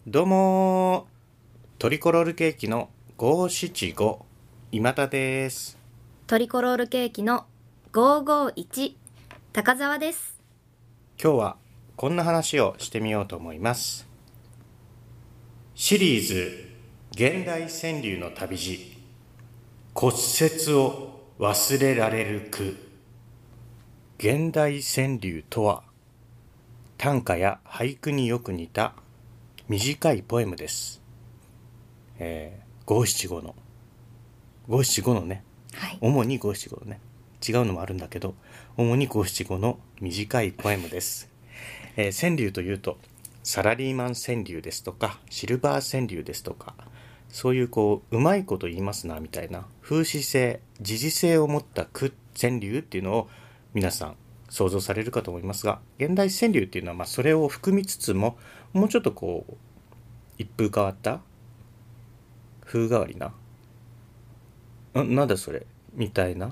どうもトリコロールケーキの575今田です。 トリコロールケーキの551高澤です。 今日はこんな話をしてみようと思います。シリーズ現代川柳の旅路、骨折を忘れられる句。現代川柳とは短歌や俳句によく似た短いポエムです。五七五のね、 はい。 主に五七五のね、違うのもあるんだけど、主に五七五の短いポエムです。川柳というとサラリーマン川柳ですとかシルバー川柳ですとか、そういううまいこと言いますなみたいな風刺性、時事性を持った句川柳っていうのを皆さん想像されるかと思いますが、現代川柳っていうのはそれを含みつつも、もうちょっと一風変わった風変わりな、なんだそれみたいな、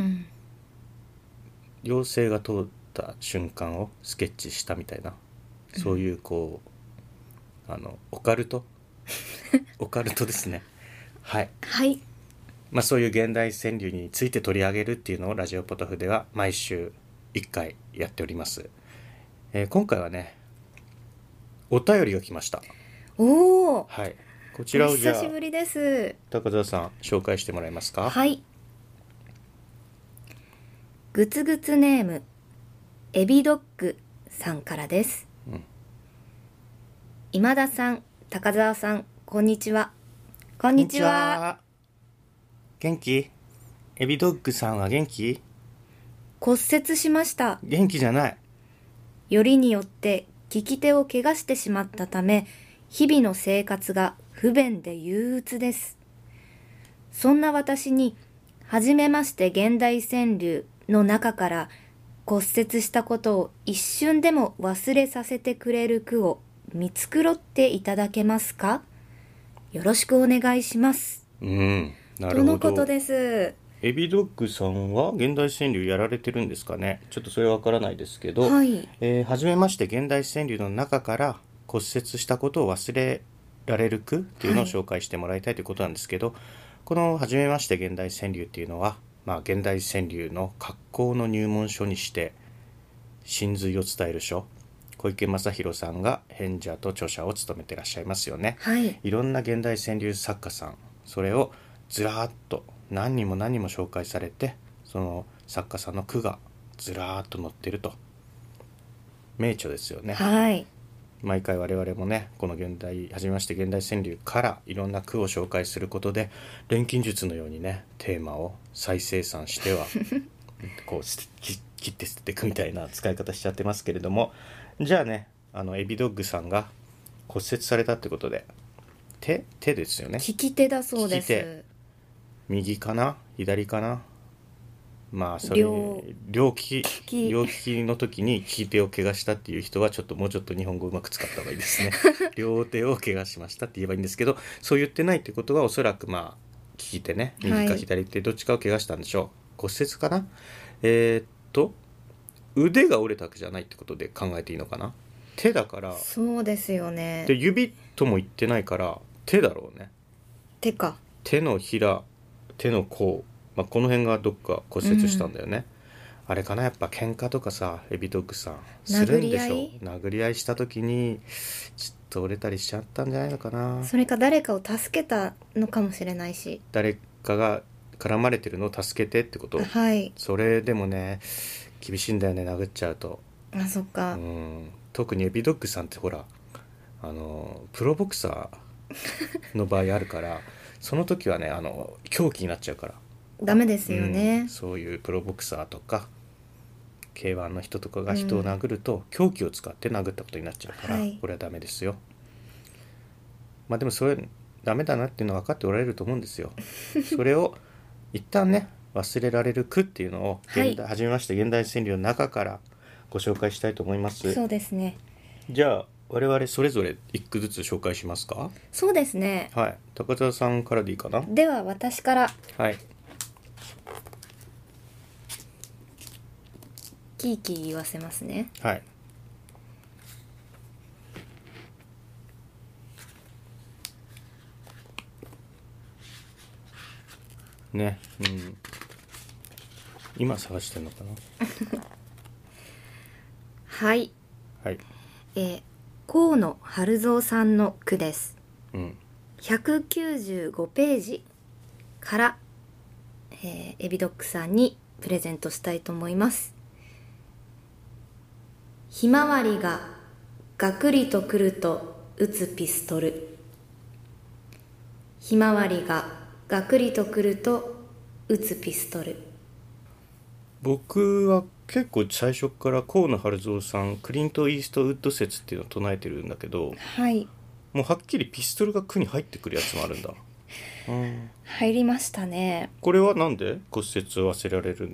妖精が通った瞬間をスケッチしたみたいな、そういうオカルトオカルトですね。はい。 はい。 そういう現代川柳について取り上げるっていうのをラジオポトフでは毎週1回やっております。今回はね、お便りが来ました。 おー、 はい。こちおらをじゃあ久しぶりです。 高澤さん紹介してもらえますか？ はい。グツグツネームエビドッグさんからです。今田さん、高澤さん、こんにちは。こんにちは。 元気？エビドッグさんは元気？ 骨折しました。 元気じゃない。 よりによって利き手を怪我してしまったため、日々の生活が不便で憂鬱です。そんな私に、はじめまして現代川柳の中から骨折したことを一瞬でも忘れさせてくれる句を見繕っていただけますか？よろしくお願いします。 なるほど。 とのことです。 エビドッグさんは現代川柳やられてるんですかね。ちょっとそれはわからないですけど、 はい。 はじめまして現代川柳の中から骨折したことを忘れられる句っていうのを紹介してもらいたいということなんですけど、このはじめまして現代川柳っていうのは、現代川柳の格好の入門書にして真髄を伝える書、小池正弘さんが編者と著者を務めてらっしゃいますよね。 はい。 いろんな現代川柳作家さん、それをずらーっと何人も何人も紹介されて、その作家さんの句がずらーっと載ってると。名著ですよね。 はい。 毎回我々もね、このはじめまして現代川柳からいろんな句を紹介することで、錬金術のようにね、テーマを再生産しては切って捨てていくみたいな使い方しちゃってますけれども、じゃあね、エビドッグさんが骨折されたってことで、手ですよね。 利き手だそうで利き手、 す。 右かな左かな、それ両両利利き両利きの時に利き手を怪我したっていう人はもうちょっと日本語うまく使った方がいいですね。両手を怪我しましたって言えばいいんですけど、そう言ってないってことはおそらく利き手ね、右か左手どっちかを怪我したんでしょう。骨折かな。腕が折れたわけじゃないってことで考えていいのかな。手だから、 そうですよね。 で指とも言ってないから手だろうね。 手か。 手のひら、手の甲、この辺がどっか骨折したんだよね。あれかな、やっぱ喧嘩とかさ、エビドッグさんするんでしょ。殴り合いした時にちょっと折れたりしちゃったんじゃないのかな。 それか誰かを助けたのかもしれないし。 誰かが絡まれてるのを助けてってこと。 はい。 それでもね、厳しいんだよね、殴っちゃうと。 あ、そっか。 特にエビドッグさんってほら、プロボクサーの場合あるからその時はね、狂気になっちゃうからダメですよね。 そういうプロボクサーとか K1 の人とかが人を殴ると、凶器を使って殴ったことになっちゃうから、 はいこれはダメですよ。でもそれダメだなっていうのは分かっておられると思うんですよ。それを一旦ね、忘れられる句っていうのをはいはじめまして現代川柳の中からご紹介したいと思います。 そうですね。 じゃあ我々それぞれ一句ずつ紹介しますか。 そうですね。 はい、高澤さんからでいいかな。 では私からはい。 キーキー言わせますね。 はい。 ね、今探してんのかな。 はい、 はい。 河野晴蔵さんの句です。 うん。 195ページから、エビドッグさんにプレゼントしたいと思います。ひまわりががくりとくると撃つピストル。ひまわりががくりとくると撃つピストル。 僕は結構最初から河野晴蔵さんクリント・イーストウッド説っていうのを唱えてるんだけど、 はい、 もうはっきりピストルが句に入ってくるやつもあるんだ。 入りましたね。 これはなんで骨折を忘れられるんです？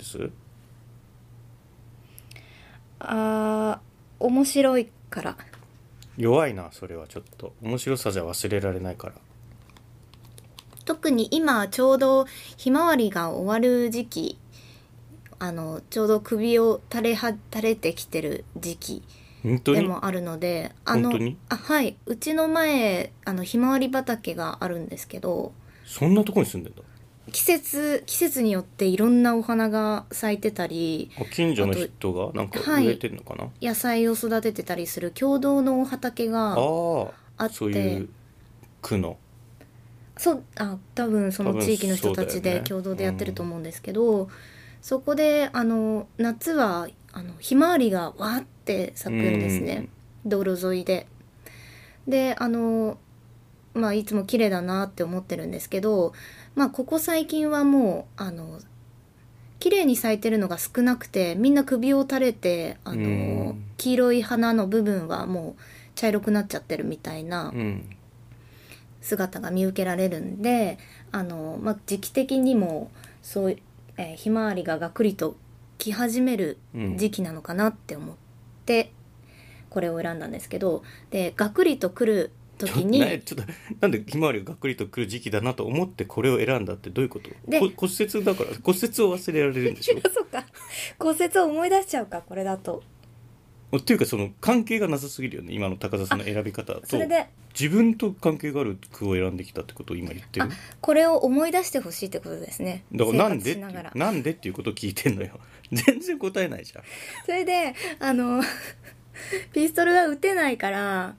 面白いから。 弱いな、それはちょっと面白さじゃ忘れられないから。 特に今ちょうどひまわりが終わる時期、ちょうど首を垂れてきてる時期本当に？ でもあるので、 本当に？ はい、うちの前ひまわり畑があるんですけど、 そんなとこに住んでんだ。 季節によっていろんなお花が咲いてたり、 近所の人がなんか植えてんのかな、 野菜を育ててたりする共同の畑があって、 そういう区の多分その地域の人たちで共同でやってると思うんですけど、そこで夏はひまわりがわーって咲くんですね、道路沿いで。でいつも綺麗だなって思ってるんですけど、ここ最近はもう綺麗に咲いてるのが少なくて、みんな首を垂れて黄色い花の部分はもう茶色くなっちゃってるみたいな姿が見受けられるんで、時期的にもそういう、ひまわりががくりと来始める時期なのかなって思ってこれを選んだんですけど、でがくりと来る時にちょっとなんでひまわりががっくりと来る時期だなと思ってこれを選んだってどういうこと？ で骨折だから骨折を忘れられるんでしょそうか、骨折を思い出しちゃうか、これだと。 っていうかその関係がなさすぎるよね、今の高田さんの選び方と。 それで自分と関係がある句を選んできたってことを今言ってる。 これを思い出してほしいってことですね。 だからなんでなんでっていうことを聞いてんのよ。全然答えないじゃん。 それでピストルが撃てないから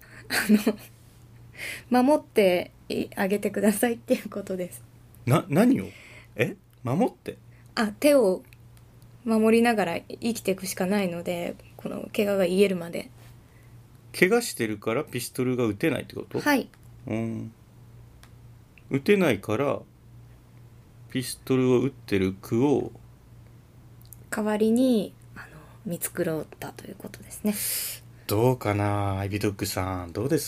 守ってあげてくださいっていうことです。 何を守って、 手を守りながら生きていくしかないので、この怪我が癒えるまで。 怪我してるからピストルが撃てないってこと？ はい。 撃てないからピストルを撃ってる句を代わりに見繕ったということですね。 どうかな、アイビドッグさんどうです？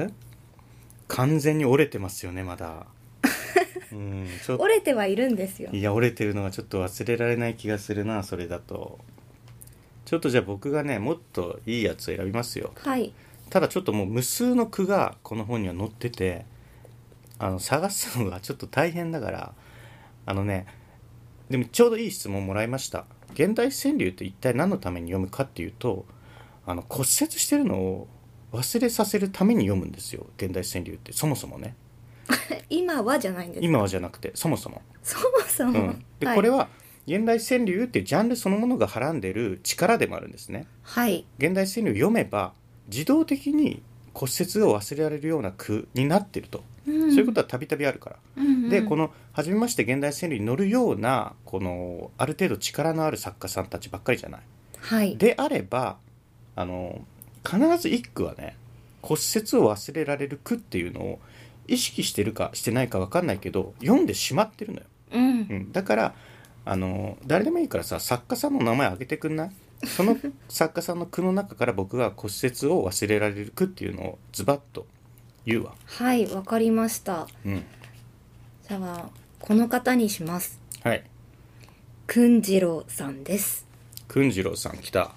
完全に折れてますよねまだ。 折れてはいるんですよ。 いや折れてるのがちょっと忘れられない気がするな、それだと。ちょっとじゃあ僕がねもっといいやつを選びますよ。 はい。 ただちょっともう無数の句がこの本には載ってて探すのがちょっと大変だから、でもちょうどいい質問もらいました。現代川柳って一体何のために読むかっていうと、骨折してるのを忘れさせるために読むんですよ、現代川柳って。そもそもね今はじゃないんですか？ 今はじゃなくてそもそもで、これは現代川柳っていうジャンルそのものがはらんでる力でもあるんですね。 はい。 現代川柳を読めば自動的に骨折を忘れられるような句になってると、そういうことはたびたびあるから、でこの初めまして現代川柳に載るようなこのある程度力のある作家さんたちばっかりじゃない、 はい、 であれば必ず一句はね骨折を忘れられる句っていうのを意識してるかしてないか分かんないけど読んでしまってるのよ、だから誰でもいいからさ作家さんの名前挙げてくんない？その作家さんの句の中から僕が骨折を忘れられる句っていうのをズバッと言うわ。 はい、わかりました、じゃあこの方にします。 はい、 訓次郎さんです。 訓次郎さん来た。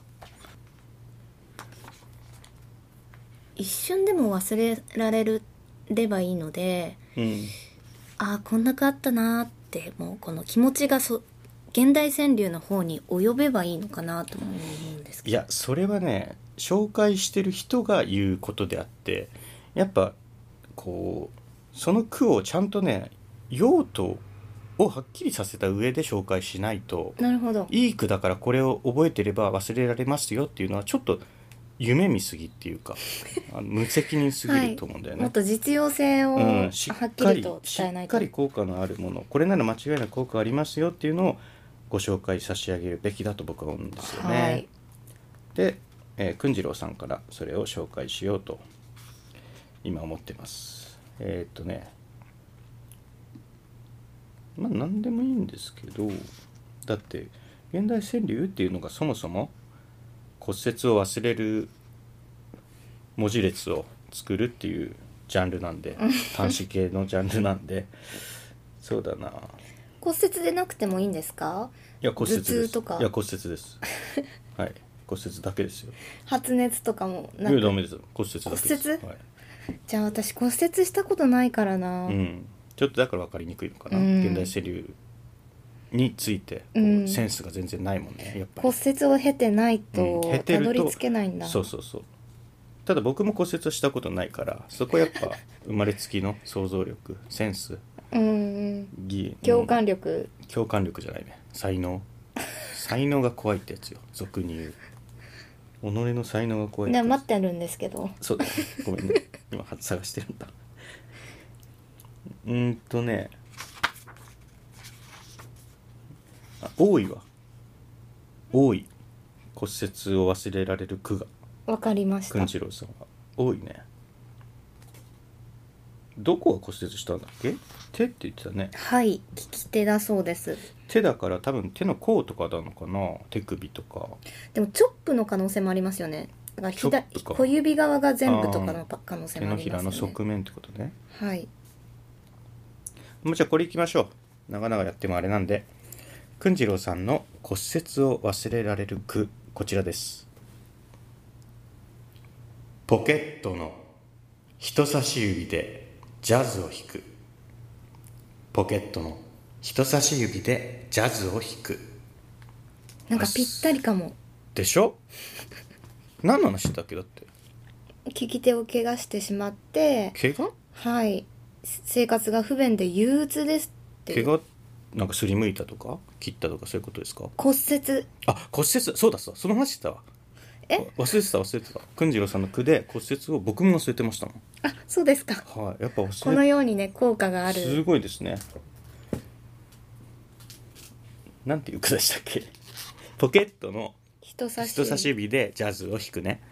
一瞬でも忘れられればいいので、こんな句あったなって、もうこの気持ちが現代川柳の方に及べばいいのかなと思うんですけど。 いやそれはね紹介してる人が言うことであって、やっぱこうその句をちゃんとね用途をはっきりさせた上で紹介しないと、 なるほど。 いい句だからこれを覚えてれば忘れられますよっていうのはちょっと夢見すぎっていうか無責任すぎると思うんだよね、 もっと実用性をはしっっかりきりと伝えないと。 しっかり効果のあるもの、これなら間違いなく効果ありますよっていうのをご紹介差し上げるべきだと僕は思うんですよね、 はい。 で、くんじろうさんからそれを紹介しようと今思ってます。まあ何でもいいんですけど、だって現代川柳っていうのがそもそも骨折を忘れる文字列を作るっていうジャンルなんで端子系のジャンルなんでそうだな、 骨折でなくてもいいんですか？ いや骨折です、 頭痛とかいや骨折ですはい骨折だけですよ。 発熱とかもなく。 いやダメです、骨折だけです。 骨折はい、 じゃあ私骨折したことないからな。 うんちょっとだから分かりにくいのかな、現代川柳についてこうセンスが全然ないもんねやっぱり。 骨折を経てないと経てるとたどり着けないんだ。 そうそうそう。ただ僕も骨折したことないからそこやっぱ生まれつきの想像力センス共感力。 共感力じゃないね、才能が怖いってやつよ、俗に言う己の才能が怖いってやつ。 待ってあるんですけど。 そうだね、ごめんね今探してるんだ。多いわ、多い骨折を忘れられる句がわかりました。 くんじろうさんは多いね。どこが骨折したんだっけ？手って言ってたね。 はい、利き手だそうです。 手だから多分手の甲とかなのかな、手首とか。 でもチョップの可能性もありますよね。だからチョップか小指側が全部とかの可能性手のもありますよね。 ひらの側面ってことね。 はい。 もうじゃあこれいきましょう。長々やってもあれなんで、くんじろうさんの骨折を忘れられる句、こちらです。ポケットの人差し指でジャズを弾く。ポケットの人差し指でジャズを弾く。 なんかぴったりかも。 でしょ？何の話だっけ？だって利き手を怪我してしまって、 怪我？ はい、生活が不便で憂鬱ですっていう。 怪我なんかすりむいたとか切ったとかそういうことですか？ 骨折。 あ、骨折、そうだそうだ、その話してたわ。忘れてた。くんじろうさんの句で骨折を僕も忘れてましたもん。 あ、そうですか。 はい、やっぱこのようにね、効果がある。 すごいですね。なんていう句でしたっけ？ポケットの人差人差し指でジャズを弾くね。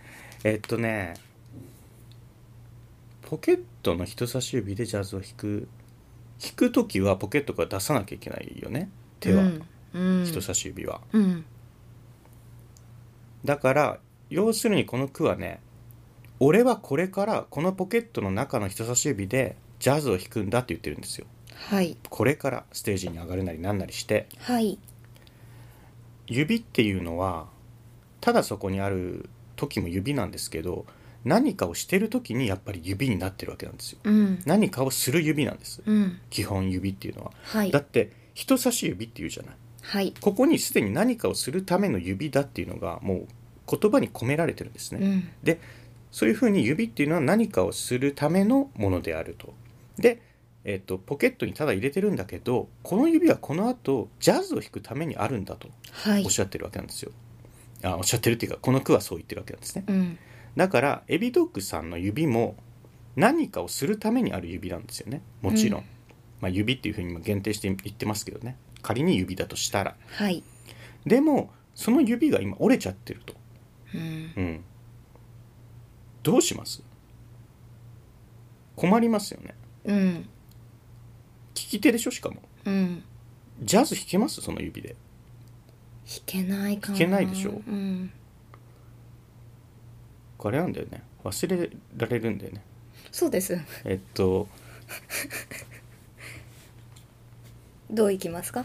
ポケットの人差し指でジャズを弾くときはポケットから出さなきゃいけないよね、手は、人差し指は、だから要するにこの句はね、俺はこれからこのポケットの中の人差し指でジャズを弾くんだって言ってるんですよ。 はい。 これからステージに上がるなりなんなりして、 はい。 指っていうのはただそこにある時も指なんですけど、何かをしてる時にやっぱり指になってるわけなんですよ、何かをする指なんです、基本指っていうのは、 はい、 だって人差し指っていうじゃない、 はい、 ここにすでに何かをするための指だっていうのがもう言葉に込められてるんですね、でそういうふうに指っていうのは何かをするためのものであると。で、ポケットにただ入れてるんだけど、この指はこの後ジャズを弾くためにあるんだとおっしゃってるわけなんですよ、おっしゃってるっていうかこの句はそう言ってるわけなんですね、だからエビドッグさんの指も何かをするためにある指なんですよね、もちろん、指っていうふうにも限定して言ってますけどね、仮に指だとしたら、 はい、 でもその指が今折れちゃってると、どうします？困りますよね、利き手でしょ、しかも、ジャズ弾けます？その指で弾けないかな。 弾けないでしょ、あれなんだよね、忘れられるんだよね。 そうです。どういきますか？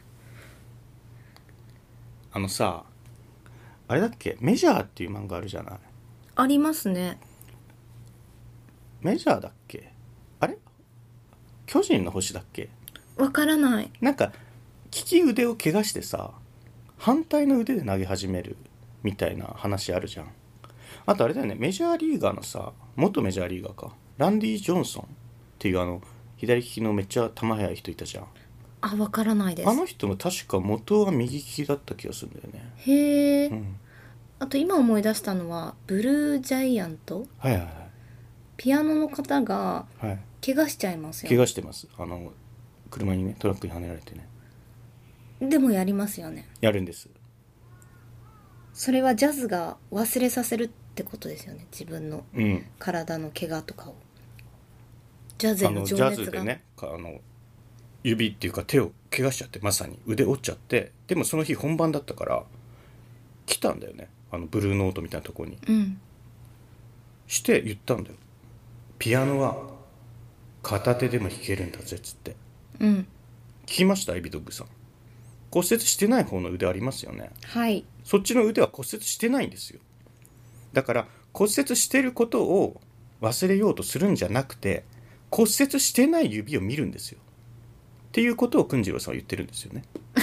あれだっけ、メジャーっていう漫画あるじゃない。 ありますね。 メジャーだっけ、あれ巨人の星だっけ、 わからない。 なんか利き腕を怪我してさ、反対の腕で投げ始めるみたいな話あるじゃん。あとあれだよね、メジャーリーガーのさ、元メジャーリーガーか、ランディ・ジョンソンっていう左利きのめっちゃ球速い人いたじゃん。 あ、わからないです。 あの人も確か元は右利きだった気がするんだよね。 へえ、 うん、 あと今思い出したのはブルージャイアント、 はいはいピアノの方がはいはい。 怪我しちゃいますよ怪ね。 我してます。車にね、トラックにはねられてね。 でもやりますよね。 やるんです。 それはジャズが忘れさせるってことですよね。自分のうん。 体の怪我とかを。ジャズへのジャ情熱が。 ズでね、指っていうか手を怪我しちゃって、まさに腕折っちゃって、でもその日本番だったから来たんだよね、ブルーノートみたいなところにうん。 して言ったんだよ。ピアノは片手でも弾けるんだぜっつって。 うん。 聞きました？エビドッグさん、骨折してない方の腕ありますよね。 はい。 そっちの腕は骨折してないんですよ。だから骨折してることを忘れようとするんじゃなくて、骨折してない指を見るんですよっていうことを邦次郎さんは言ってるんですよね。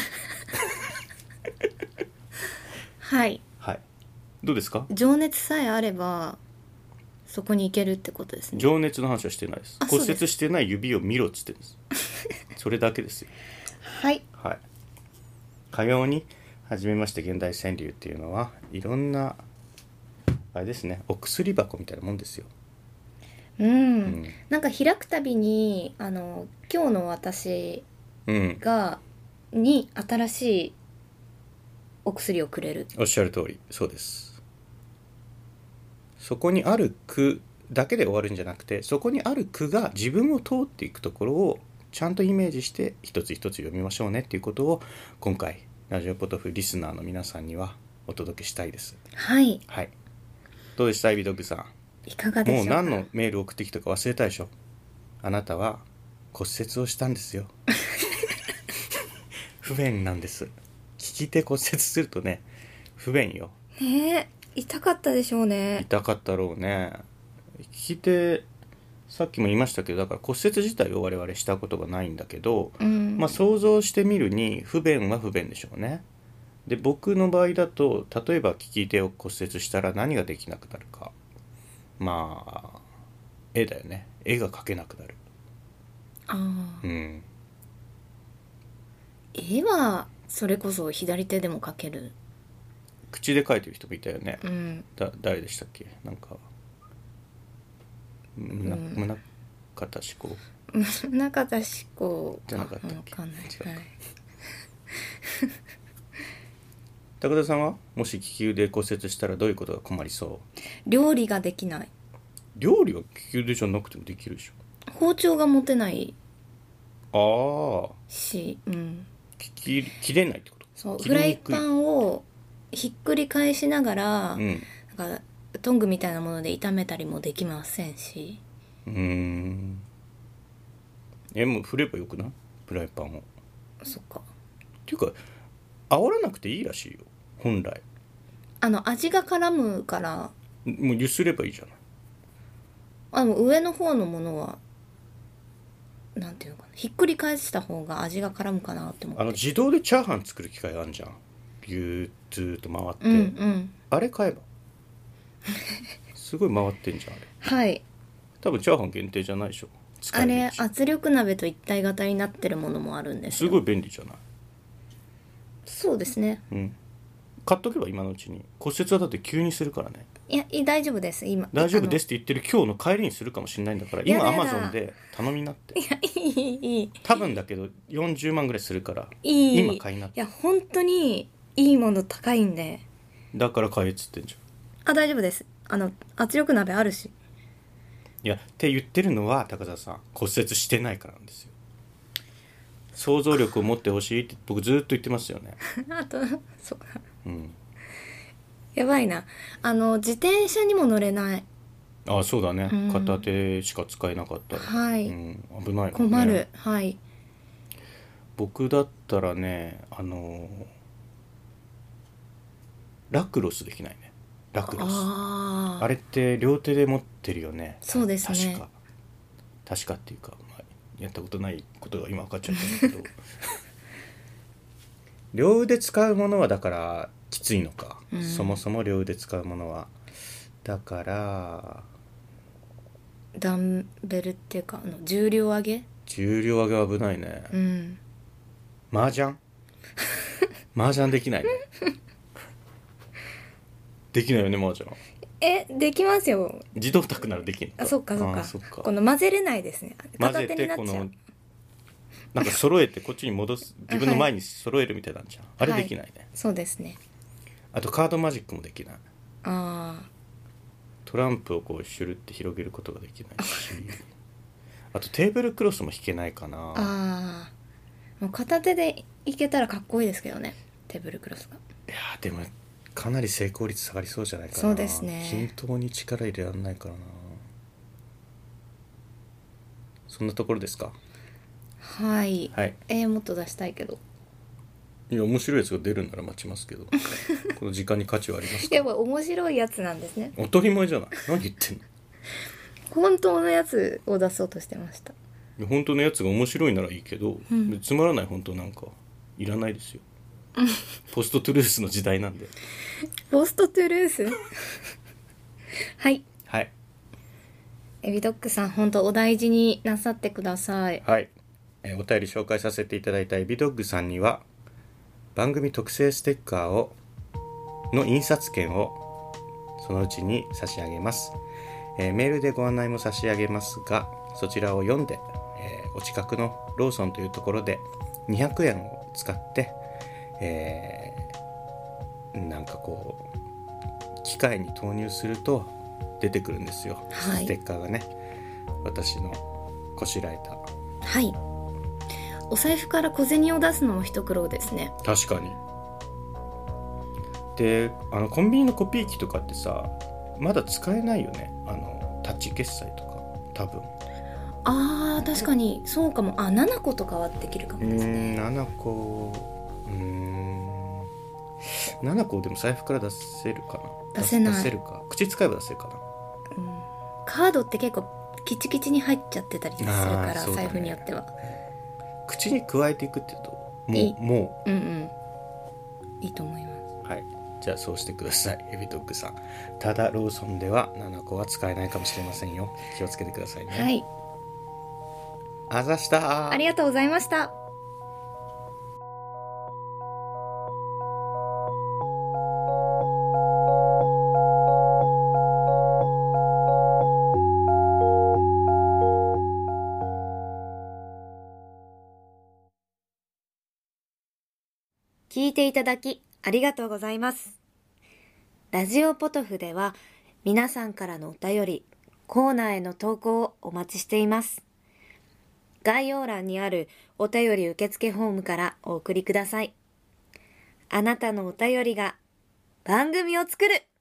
はい。 はい、どうですか？ 情熱さえあればそこに行けるってことですね。 情熱の話はしてないです。 あ、そうです。 骨折してない指を見ろっつってるんですそれだけですよ。 はい。 はい。かように初めまして現代川柳っていうのはいろんなあれですね、お薬箱みたいなもんですよ。 うん。 うん、 なんか開くたびに今日の私うん、 に新しいお薬をくれる。 おっしゃる通り、そうです。そこにある句だけで終わるんじゃなくて、そこにある句が自分を通っていくところをちゃんとイメージして一つ一つ読みましょうねっていうことを今回ラジオポトフリスナーの皆さんにはお届けしたいです。 はい。 はい。どうでした、エビドッグさいかがん？もうでしょうか。 何のメール送ってきたか忘れたでしょ。あなたは骨折をしたんですよ不便なんです。利き手骨折するとね、不便よ。 ねえ、痛かったでしょうね。 痛かったろうね。利き手、さっきも言いましたけど、だから骨折自体を我々したことがないんだけど、 うん。 まあ想像してみるに不便は不便でしょうね。で、僕の場合だと、例えば利き手を骨折したら何ができなくなるか。まあ絵だよね。絵が描けなくなる。 ああ。 うん。 絵はそれこそ左手でも描ける。 口で描いてる人もいたよね。 うん。 誰でしたっけ？なんか宗像志功中田志功じゃなかったっけ？ わかんない。 違うか。 はい。 高田さんはもし利き腕骨折したらどういうことが困りそう？ 料理ができない。 料理は利き腕じゃなくてもできるでし包丁が持てないょ。ああ、 し、うん。 切れないってこと？ そう、 切フライりにくい。 パンをひっくり返しながら、 うん。 なんかトングみたいなもので炒めたりもできませんし。 うーん。もう振ればよくない？フライパンを。っそっか。 ていうか煽らなくていいらしいよ本来。 味が絡むから、 もうゆすればいいじゃない。 上の方のものはなんていうのかな、ひっくり返した方が味が絡むかなって思って。 自動でチャーハン作る機械あるじゃん。ギューッずーっと回って、 うんうん。 あれ買えばすごい回ってんじゃんあれ。 はい。 多分チャーハン限定じゃないでしょ。使あれえるし圧力鍋と一体型になってるものもあるんですよ。 すごい便利じゃない。 そうですね。 うん。買っとけば今のうちに。骨折はだって急にするからね。 いや、大丈夫です。今大丈夫ですって言ってる今日の帰りにするかもしれないんだから、今アやだやだマゾンで頼みなって。 いや、いい多分だけど40万ぐらいするからいい今買いなって。 いや、本当にいいもの高いんで。 だから買えっつってんじゃん。 大丈夫です。圧力鍋あるし。 いやって言ってるのは高田さん骨折してないからなんですよ。想像力を持ってほしいって僕ずっと言ってますよね。 あと、そうか。 うん。 やばいな。自転車にも乗れない。 ああそうだね、 うん、 片手しか使えなかったら、 はい、 うん、危ないもんね。 困る。はい。 僕だったらねラクロスできないね。ラクロス。あれって両手で持ってるよね。 そうですね。 確かっていうか、まあ、やったことないことが今分かっちゃったんだけど両腕使うものはだからきついのか、 うん、 そもそも両腕使うものは。だからダンベルっていうか重量上げは危ないね。 うん。 麻雀麻雀できないね。できないよね麻雀。 できますよ。 自動卓ならできんのか。 そっかそっか。 そっか。 この混ぜれないですね。 混ぜ片手にてこのなっちゃう。 なんか揃えてこっちに戻す、自分の前に揃えるみたいなんじゃん。あれできないね、 はい、そうですね。 あとカードマジックもできない。 あトランプをこうシュルって広げることができないしあとテーブルクロスも引けないかな。 あもう片手でいけたらかっこいいですけどね、テーブルクロスが。 いやでもかなり成功率下がりそうじゃないかな。 そうですね。 均等に力入れられないからな。そんなところですか。 はい、 はい。 もっと出したいけど。 いや面白いやつが出るなら待ちますけどこの時間に価値はありますか。 やっぱ面白いやつなんですね。 当たり前じゃない。何言ってんの。 本当のやつを出そうとしてました。 本当のやつが面白いならいいけど、つまらない本当なんかいらないですよポストトゥルースの時代なんで。 ポストトゥルースはいはい。 エビドッグさん、本当お大事になさってください。 はい、お便り紹介させていただいたエビドッグさんには番組特製ステッカーの印刷券をそのうちに差し上げます。メールでご案内も差し上げますが、そちらを読んで、お近くのローソンというところで200円を使って、なんかこう機械に投入すると出てくるんですよ、 はい、 ステッカーがね。私のこしらえた。 はい。お財布から小銭を出すのも一苦労ですね。 確かに。でコンビニのコピー機とかってさまだ使えないよね、タッチ決済とか多分。 確かにそうかも。7個とかはできるかもですね。 7個7個でも財布から出せるかな。 出せない。 出せるか。口使えば出せるかな。 カードって結構キチキチに入っちゃってたりするから、 そうだね、 財布によっては。 口に加えていくっていうともういいと思います。 はい、じゃあそうしてください、エビドッグさん。ただローソンでは7個は使えないかもしれませんよ。気をつけてくださいね。 はい。 あざした。 ありがとうございました。聞いていただきありがとうございます。ラジオポトフでは皆さんからのお便り、コーナーへの投稿をお待ちしています。概要欄にあるお便り受付フォームからお送りください。あなたのお便りが番組を作る